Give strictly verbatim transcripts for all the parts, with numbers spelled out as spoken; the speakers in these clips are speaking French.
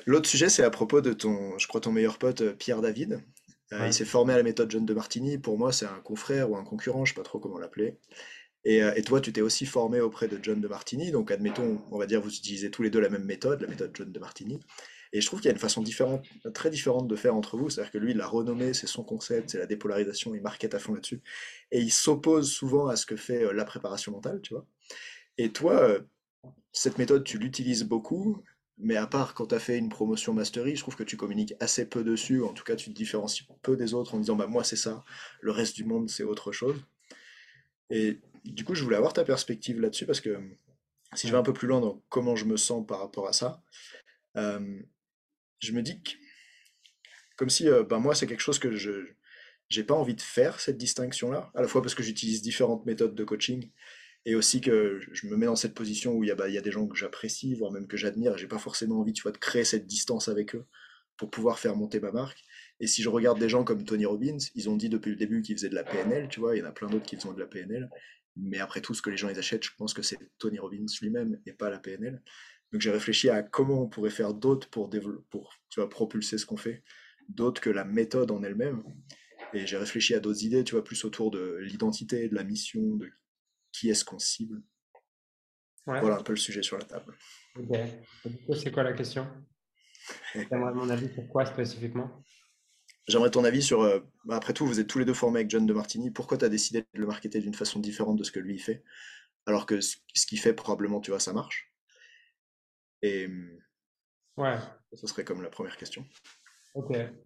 L'autre sujet, c'est à propos de ton, je crois, ton meilleur pote euh, Pierre David. Euh, il Ouais. s'est formé à la méthode John de Martini. Pour moi, c'est un confrère ou un concurrent, je sais pas trop comment l'appeler. Et, euh, et toi, tu t'es aussi formé auprès de John de Martini. Donc, admettons, on va dire, vous utilisez tous les deux la même méthode, la méthode John de Martini. Et je trouve qu'il y a une façon différente, très différente de faire entre vous. C'est-à-dire que lui, il l'a renommé, c'est son concept, c'est la dépolarisation, il market à fond là-dessus. Et il s'oppose souvent à ce que fait euh, la préparation mentale, tu vois. Et toi, euh, cette méthode, tu l'utilises beaucoup, mais à part quand tu as fait une promotion mastery, je trouve que tu communiques assez peu dessus. En tout cas, tu te différencies peu des autres en disant, bah moi c'est ça, le reste du monde c'est autre chose. Et du coup, je voulais avoir ta perspective là-dessus parce que si je vais Ouais. un peu plus loin dans comment je me sens par rapport à ça, euh, je me dis que, comme si, euh, bah moi c'est quelque chose que je j'ai pas envie de faire cette distinction-là, à la fois parce que j'utilise différentes méthodes de coaching et aussi que je me mets dans cette position où il y a, bah, il y a des gens que j'apprécie, voire même que j'admire, et j'ai pas forcément envie, tu vois, de créer cette distance avec eux pour pouvoir faire monter ma marque. Et si je regarde des gens comme Tony Robbins, ils ont dit depuis le début qu'ils faisaient de la P N L, tu vois, il y en a plein d'autres qui font de la P N L, mais après tout ce que les gens ils achètent, je pense que c'est Tony Robbins lui-même et pas la P N L. Donc j'ai réfléchi à comment on pourrait faire d'autres pour, développer, pour tu vois, propulser ce qu'on fait, d'autres que la méthode en elle-même. Et j'ai réfléchi à d'autres idées, tu vois, plus autour de l'identité, de la mission, de qui est-ce qu'on cible. Ouais. Voilà un peu le sujet sur la table. Ok. Et du coup, c'est quoi la question? T'aimerais mon avis sur quoi spécifiquement? J'aimerais ton avis sur, euh, bah, après tout, vous êtes tous les deux formés avec John de Martini, pourquoi tu as décidé de le marketer d'une façon différente de ce que lui il fait, alors que ce ce qu'il fait probablement, tu vois, ça marche. Et hum, Ouais. ce serait comme la première question. Ok.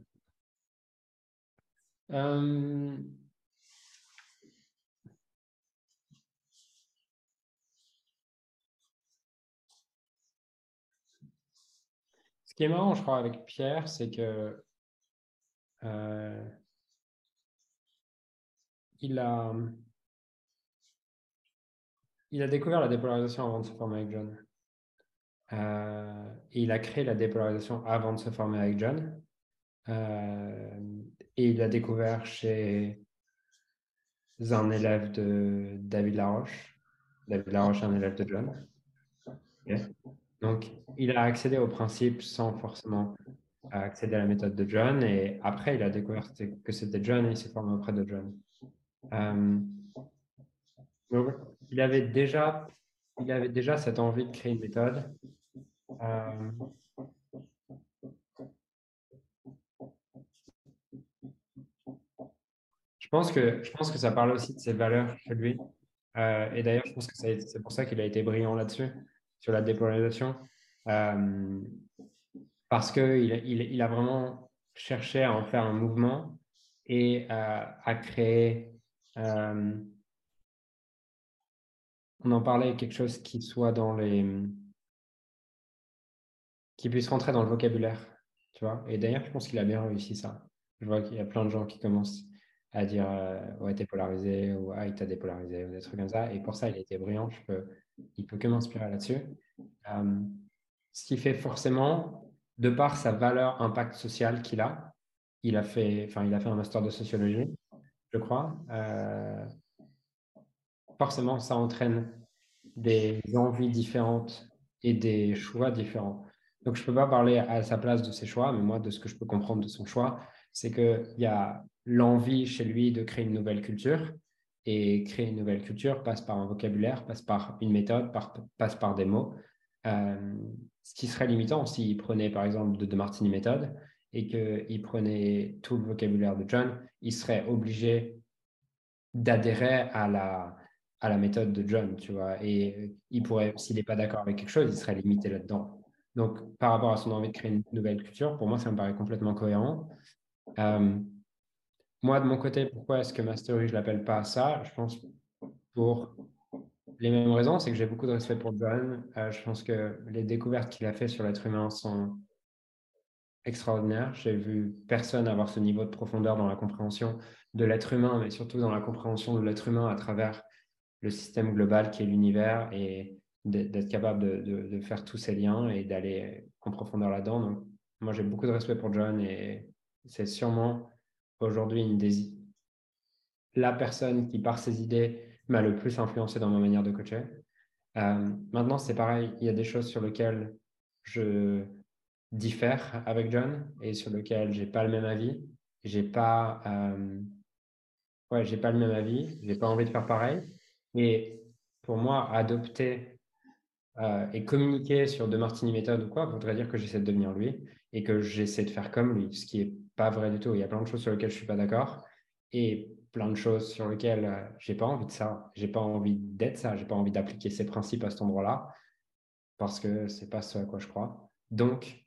Euh, Ce qui est marrant, je crois, avec Pierre, c'est que euh, il a, il a découvert la dépolarisation avant de se former avec John. Euh, et il a créé la dépolarisation avant de se former avec John. Euh, et il l'a découvert chez un élève de David Laroche. David Laroche est un élève de John. Ok. Donc, il a accédé au principe sans forcément accéder à la méthode de John. Et après, il a découvert que c'était John et il s'est formé auprès de John. Euh, donc, il avait déjà, il avait déjà cette envie de créer une méthode. Euh, je pense que, je pense que ça parle aussi de ses valeurs chez lui. Euh, et d'ailleurs, je pense que ça a été- c'est pour ça qu'il a été brillant là-dessus, sur la dépolarisation. Euh, Parce qu'il il, il a vraiment cherché à en faire un mouvement et à, à créer, euh, on en parlait, quelque chose qui soit dans les, qui puisse rentrer dans le vocabulaire, tu vois. Et d'ailleurs, je pense qu'il a bien réussi ça. Je vois qu'il y a plein de gens qui commencent à dire euh, ouais, t'es polarisé ou ah, il t'a dépolarisé ou des trucs comme ça. Et pour ça, il a été brillant. Je peux, il peut que m'inspirer là-dessus. Euh, Ce qui fait forcément, de par sa valeur impact social qu'il a, il a fait, enfin, il a fait un master de sociologie, je crois. Euh, forcément, ça entraîne des envies différentes et des choix différents. Donc, je ne peux pas parler à sa place de ses choix, mais moi, de ce que je peux comprendre de son choix, c'est qu'il y a l'envie chez lui de créer une nouvelle culture. Et créer une nouvelle culture passe par un vocabulaire, passe par une méthode, par- passe par des mots. Euh, Ce qui serait limitant s'il prenait, par exemple, de, de Martini méthode et qu'il prenait tout le vocabulaire de John, il serait obligé d'adhérer à la, à la méthode de John, tu vois. Et euh, il pourrait, s'il n'est pas d'accord avec quelque chose, il serait limité là-dedans. Donc, par rapport à son envie de créer une nouvelle culture, pour moi, ça me paraît complètement cohérent. Euh, Moi, de mon côté, pourquoi est-ce que Mastery, je l'appelle pas ça? Je pense pour les mêmes raisons, c'est que j'ai beaucoup de respect pour John. Euh, je pense que les découvertes qu'il a fait sur l'être humain sont extraordinaires. J'ai vu personne avoir ce niveau de profondeur dans la compréhension de l'être humain, mais surtout dans la compréhension de l'être humain à travers le système global qui est l'univers et d'être capable de, de, de faire tous ces liens et d'aller en profondeur là-dedans. Donc, moi, j'ai beaucoup de respect pour John et c'est sûrement aujourd'hui une des, la personne qui, par ses idées, m'a le plus influencé dans ma manière de coacher. Euh, maintenant, c'est pareil, il y a des choses sur lesquelles je diffère avec John et sur lequel j'ai pas le même avis. J'ai pas, euh, ouais, j'ai pas le même avis. J'ai pas envie de faire pareil. Et pour moi, adopter euh, et communiquer sur de Martini méthode ou quoi voudrait dire que j'essaie de devenir lui et que j'essaie de faire comme lui, ce qui est pas vrai du tout. Il y a plein de choses sur lesquelles je suis pas d'accord et plein de choses sur lesquelles euh, j'ai pas envie de ça. J'ai pas envie d'être ça. J'ai pas envie d'appliquer ces principes à cet endroit-là parce que c'est pas ce à quoi je crois. Donc,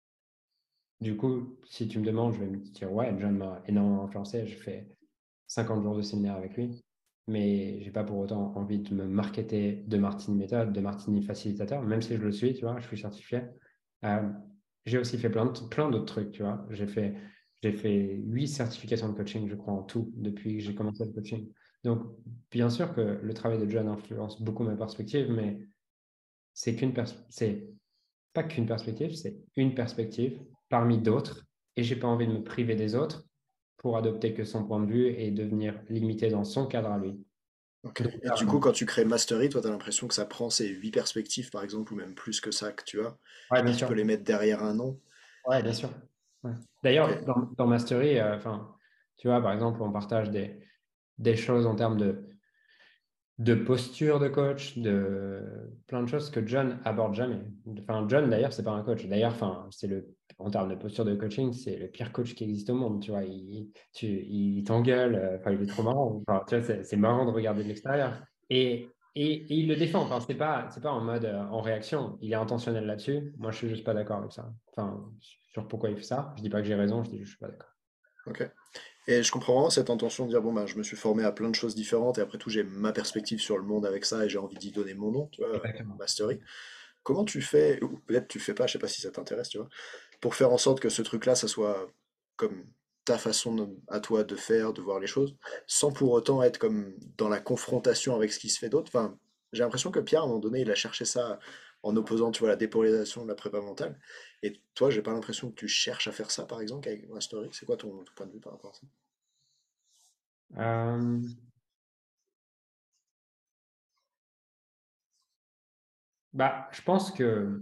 du coup, si tu me demandes, je vais me dire, ouais, John m'a énormément influencé. Je fais cinquante jours de séminaire avec lui, mais j'ai pas pour autant envie de me marketer de Martini méthode, de Martini facilitateur, même si je le suis, tu vois, je suis certifié. Euh, j'ai aussi fait plein, de, plein d'autres trucs, tu vois. J'ai fait, j'ai fait huit certifications de coaching, je crois, en tout, depuis que j'ai commencé le coaching. Donc, bien sûr que le travail de John influence beaucoup ma perspective, mais c'est qu'une pers- c'est pas qu'une perspective, c'est une perspective parmi d'autres. Et j'ai pas envie de me priver des autres pour adopter que son point de vue et devenir limité dans son cadre à lui. Ok. Donc, Et du euh, coup, quand tu crées Mastery, toi, tu as l'impression que ça prend ces huit perspectives, par exemple, ou même plus que ça que tu as, ouais, bien et tu peux sûr. les mettre derrière un nom. Ouais, bien sûr. Ouais. Ok. D'ailleurs, dans, dans Mastery, euh, enfin, tu vois, par exemple, on partage des, des choses en termes de, de posture de coach, de plein de choses que John aborde jamais. Enfin, John, d'ailleurs, c'est pas un coach. D'ailleurs, enfin, c'est le, en termes de posture de coaching, c'est le pire coach qui existe au monde. Tu vois, il, tu, il t'engueule. euh, Enfin, il est trop marrant. Enfin, tu vois, c'est, c'est marrant de regarder de l'extérieur. Et, et, et il le défend. Enfin, c'est pas, c'est pas en mode euh, en réaction. Il est intentionnel là-dessus. Moi, je suis juste pas d'accord avec ça. Enfin, sur pourquoi il fait ça. Je dis pas que j'ai raison. Je dis juste que je suis pas d'accord. Ok. Et je comprends vraiment cette intention de dire, bon, bah, je me suis formé à plein de choses différentes, et après tout, j'ai ma perspective sur le monde avec ça, et j'ai envie d'y donner mon nom, tu vois, Exactement. Mastery. Comment tu fais, ou peut-être tu le fais pas, je sais pas si ça t'intéresse, tu vois, pour faire en sorte que ce truc-là, ça soit comme ta façon de- à toi de faire, de voir les choses, sans pour autant être comme dans la confrontation avec ce qui se fait d'autre. Enfin, j'ai l'impression que Pierre, à un moment donné, il a cherché ça en opposant, tu vois, la dépolarisation de la prépa mentale. Et toi, j'ai pas l'impression que tu cherches à faire ça, par exemple, avec Mastery. C'est quoi ton, ton point de vue par rapport à ça? Euh, bah, je pense que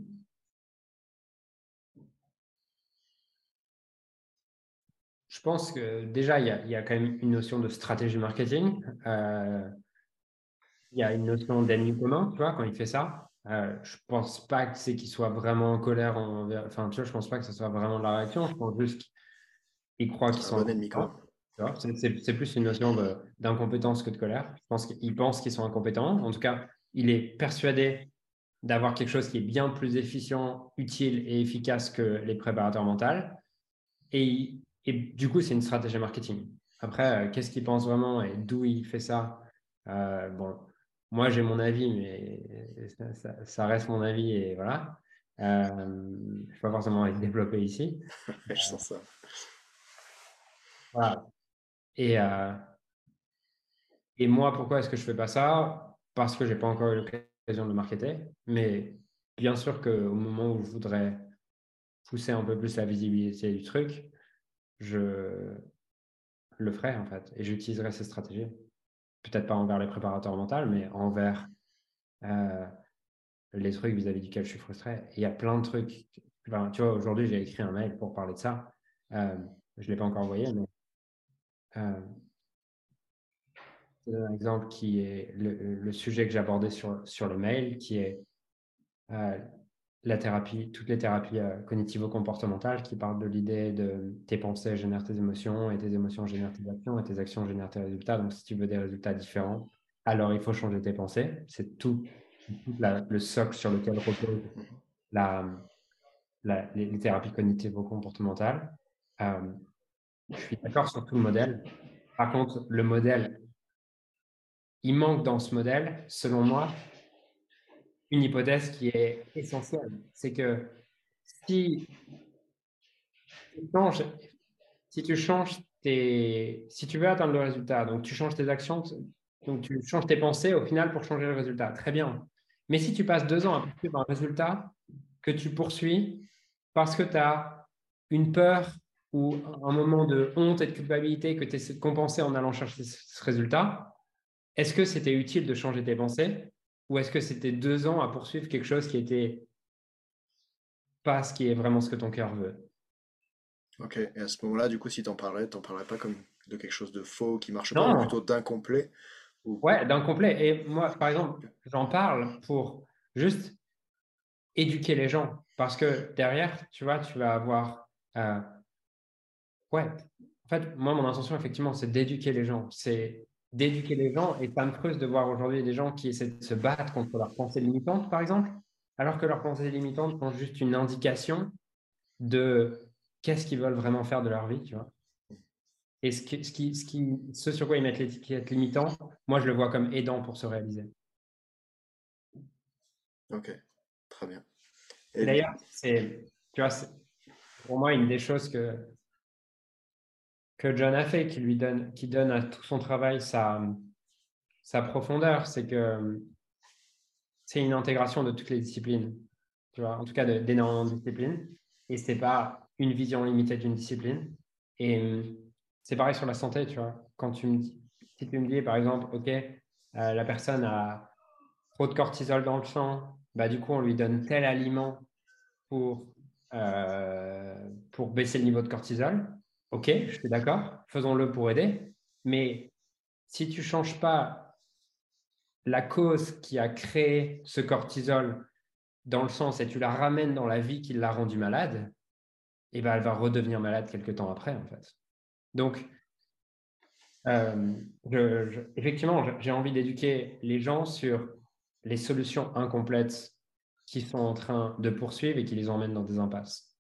Je pense que déjà, il y a, il y a quand même une notion de stratégie marketing. Euh, il y a une notion d'ennemi commun, tu vois, quand il fait ça. Euh, je pense pas que c'est qu'il soit vraiment en colère. envers- Enfin, tu vois, je pense pas que ce soit vraiment de la réaction. Je pense juste qu'il croit qu'ils C'est un sont bon ennemi, quoi. incompétents. Tu vois, c'est c'est- c'est plus une notion de- d'incompétence que de colère. Je pense qu'il pense qu'ils sont incompétents. En tout cas, il est persuadé d'avoir quelque chose qui est bien plus efficient, utile et efficace que les préparateurs mentaux. Et, et du coup, c'est une stratégie marketing. Après, euh, qu'est-ce qu'il pense vraiment et d'où il fait ça? Euh, bon, moi, j'ai mon avis, mais ça, ça- ça reste mon avis et voilà. Euh, je ne vais pas forcément le développer ici. Je sens ça. Voilà. Et, euh, et moi, pourquoi est-ce que je ne fais pas ça? Parce que je n'ai pas encore eu l'occasion de marketer. Mais bien sûr qu'au moment où je voudrais pousser un peu plus la visibilité du truc, je le ferai en fait. Et j'utiliserai ces stratégies. Peut-être pas envers les préparateurs mentaux, mais envers euh, les trucs vis-à-vis duquel je suis frustré. Il y a plein de trucs. Enfin, tu vois, aujourd'hui, j'ai écrit un mail pour parler de ça. Euh, je ne l'ai pas encore envoyé, mais euh, c'est un exemple qui est le, le sujet que j'ai abordé sur, sur le mail, qui est euh, la thérapie, toutes les thérapies euh, cognitivo-comportementales qui parlent de l'idée de tes pensées génèrent tes émotions et tes émotions génèrent tes actions et tes actions génèrent tes résultats. Donc, si tu veux des résultats différents, alors il faut changer tes pensées. C'est tout, tout la- le socle sur lequel repose la, la- les, les thérapies cognitivo-comportementales. Euh, je suis d'accord sur tout le modèle. Par contre, le modèle, il manque dans ce modèle, selon moi, une hypothèse qui est essentielle. C'est que si tu changes si tu changes tes, si tu veux atteindre le résultat, donc tu changes tes actions, donc tu changes tes pensées au final pour changer le résultat. Très bien. Mais si tu passes deux ans à poursuivre un résultat que tu poursuis parce que tu as une peur ou un moment de honte et de culpabilité que tu essaies de compenser en allant chercher ce résultat, est-ce que c'était utile de changer tes pensées ou est-ce que c'était deux ans à poursuivre quelque chose qui était pas ce qui est vraiment ce que ton cœur veut. Ok. Et à ce moment-là, du coup, si t'en parlais, t'en parlerais pas comme de quelque chose de faux qui marche pas, mais Non, plutôt d'incomplet ou... ouais, d'incomplet. Et moi, par exemple, j'en parle pour juste éduquer les gens. Parce que derrière, tu vois, tu vas avoir... euh, ouais, en fait, moi, mon intention, effectivement, c'est d'éduquer les gens. C'est d'éduquer les gens. Et ça me frustre de voir aujourd'hui des gens qui essaient de se battre contre leurs pensées limitantes, par exemple, alors que leurs pensées limitantes sont juste une indication de qu'est-ce qu'ils veulent vraiment faire de leur vie, tu vois. Et ce qui, ce qui, ce qui, ce sur quoi ils mettent l'étiquette limitant, moi, je le vois comme aidant pour se réaliser. Ok, très bien. Et Et du- d'ailleurs, c'est, tu vois, c'est pour moi une des choses que, que John a fait, qui lui donne, qui donne à tout son travail sa, sa profondeur, c'est que c'est une intégration de toutes les disciplines, tu vois, en tout cas de- d'énormément de disciplines. Et c'est pas une vision limitée d'une discipline. Et euh, c'est pareil sur la santé, tu vois. Quand tu me dis, si tu me dis, par exemple, OK, euh, la personne a trop de cortisol dans le sang, bah, du coup, on lui donne tel aliment pour, euh, pour baisser le niveau de cortisol. OK, je suis d'accord, faisons-le pour aider. Mais si tu changes pas la cause qui a créé ce cortisol dans le sens et tu la ramènes dans la vie qui l'a rendue malade, et ben elle va redevenir malade quelques temps après, en fait. Donc, euh, je- je- effectivement, j'ai envie d'éduquer les gens sur les solutions incomplètes qui sont en train de poursuivre et qui les emmènent dans des impasses.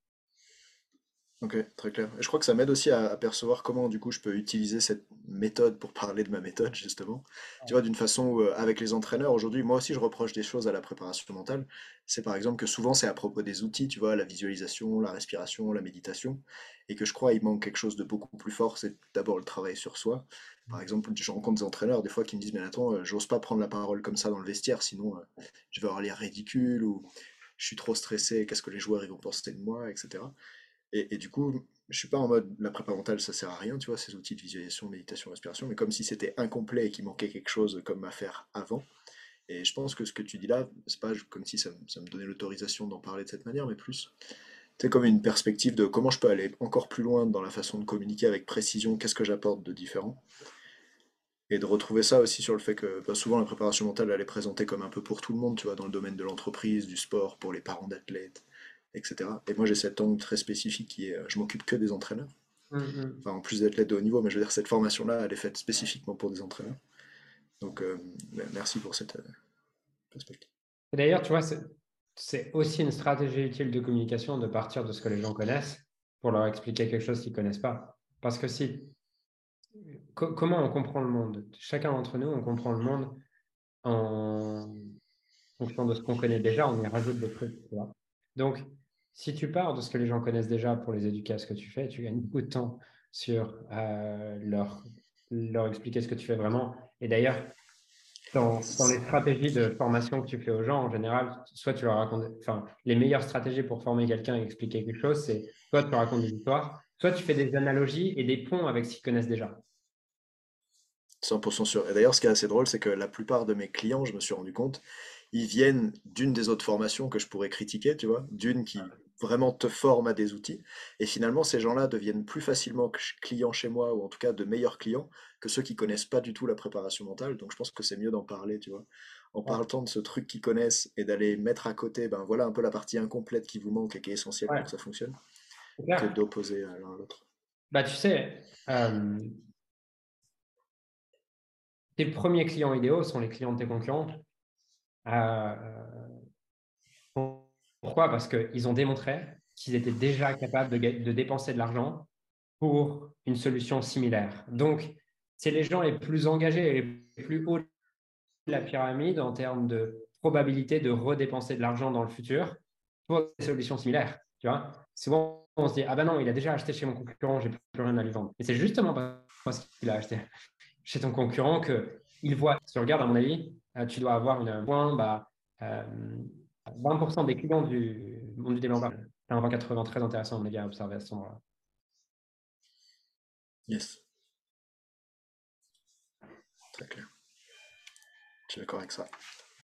Ok, très clair. Et je crois que ça m'aide aussi à, à percevoir comment du coup je peux utiliser cette méthode pour parler de ma méthode justement. Tu vois, d'une façon où euh, avec les entraîneurs aujourd'hui, moi aussi je reproche des choses à la préparation mentale. C'est par exemple que souvent c'est à propos des outils, tu vois, la visualisation, la respiration, la méditation, et que je crois il manque quelque chose de beaucoup plus fort, c'est d'abord le travail sur soi. Par exemple, je rencontre des entraîneurs des fois qui me disent, mais attends, euh, j'ose pas prendre la parole comme ça dans le vestiaire, sinon euh, je vais avoir l'air ridicule ou je suis trop stressé, qu'est-ce que les joueurs ils vont penser de moi, et cetera. Et, et du coup, je suis pas en mode la prépa mentale, ça sert à rien, tu vois, ces outils de visualisation, méditation, respiration, mais comme si c'était incomplet et qu'il manquait quelque chose comme à faire avant. Et je pense que ce que tu dis là, c'est pas comme si ça, me- ça me donnait l'autorisation d'en parler de cette manière, mais plus, c'est comme une perspective de comment je peux aller encore plus loin dans la façon de communiquer avec précision, qu'est-ce que j'apporte de différent. Et de retrouver ça aussi sur le fait que bah, souvent la préparation mentale, elle est présentée comme un peu pour tout le monde, tu vois, dans le domaine de l'entreprise, du sport, pour les parents d'athlètes, et cetera. Et moi j'ai cet angle très spécifique qui est, euh, je m'occupe que des entraîneurs. Mhm. Enfin, en plus d'athlètes de haut niveau, mais je veux dire, cette formation-là, elle est faite spécifiquement pour des entraîneurs. Donc, euh, merci pour cette euh, perspective. Et d'ailleurs, tu vois, c'est c'est aussi une stratégie utile de communication de partir de ce que les gens connaissent pour leur expliquer quelque chose qu'ils ne connaissent pas. Parce que si, co- comment on comprend le monde? Chacun d'entre nous, on comprend le monde en fonction de ce qu'on connaît déjà, on y rajoute des trucs, tu vois. Donc, si tu pars de ce que les gens connaissent déjà pour les éduquer à ce que tu fais, tu gagnes beaucoup de temps sur euh, leur, leur expliquer ce que tu fais vraiment. Et d'ailleurs, dans, dans les stratégies de formation que tu fais aux gens, en général, soit tu leur racontes, enfin, les meilleures stratégies pour former quelqu'un et expliquer quelque chose, c'est soit tu racontes des histoires, soit tu fais des analogies et des ponts avec ce qu'ils connaissent déjà. cent pour cent sûr. Et d'ailleurs, ce qui est assez drôle, c'est que la plupart de mes clients, je me suis rendu compte, ils viennent d'une des autres formations que je pourrais critiquer, tu vois, d'une qui vraiment te forme à des outils. Et finalement, ces gens-là deviennent plus facilement que- clients chez moi, ou en tout cas de meilleurs clients, que ceux qui connaissent pas du tout la préparation mentale. Donc je pense que c'est mieux d'en parler, tu vois. En Ouais, parlant de ce truc qu'ils connaissent et d'aller mettre à côté, ben voilà un peu la partie incomplète qui vous manque et qui est essentielle ouais, pour que ça fonctionne, c'est que clair. d'opposer l'un à l'autre. Bah, tu sais, euh, tes premiers clients idéaux sont les clients de tes concurrents. Euh, Pourquoi? Parce qu'ils ont démontré qu'ils étaient déjà capables de, ga- de dépenser de l'argent pour une solution similaire. Donc, c'est les gens les plus engagés et les plus hauts de la pyramide en termes de probabilité de redépenser de l'argent dans le futur pour des solutions similaires. Tu vois? Souvent, on se dit, ah ben non, il a déjà acheté chez mon concurrent, j'ai plus rien à lui vendre. Et c'est justement parce qu'il a acheté chez ton concurrent que il voit, si tu regardes, à mon avis, euh, tu dois avoir une, un point, bah, euh, vingt pour cent des clients du monde du développement. C'est un vingt quatre-vingts très intéressant, mes gars, à observer à ce moment-là. Yes, très clair. Je suis d'accord avec ça.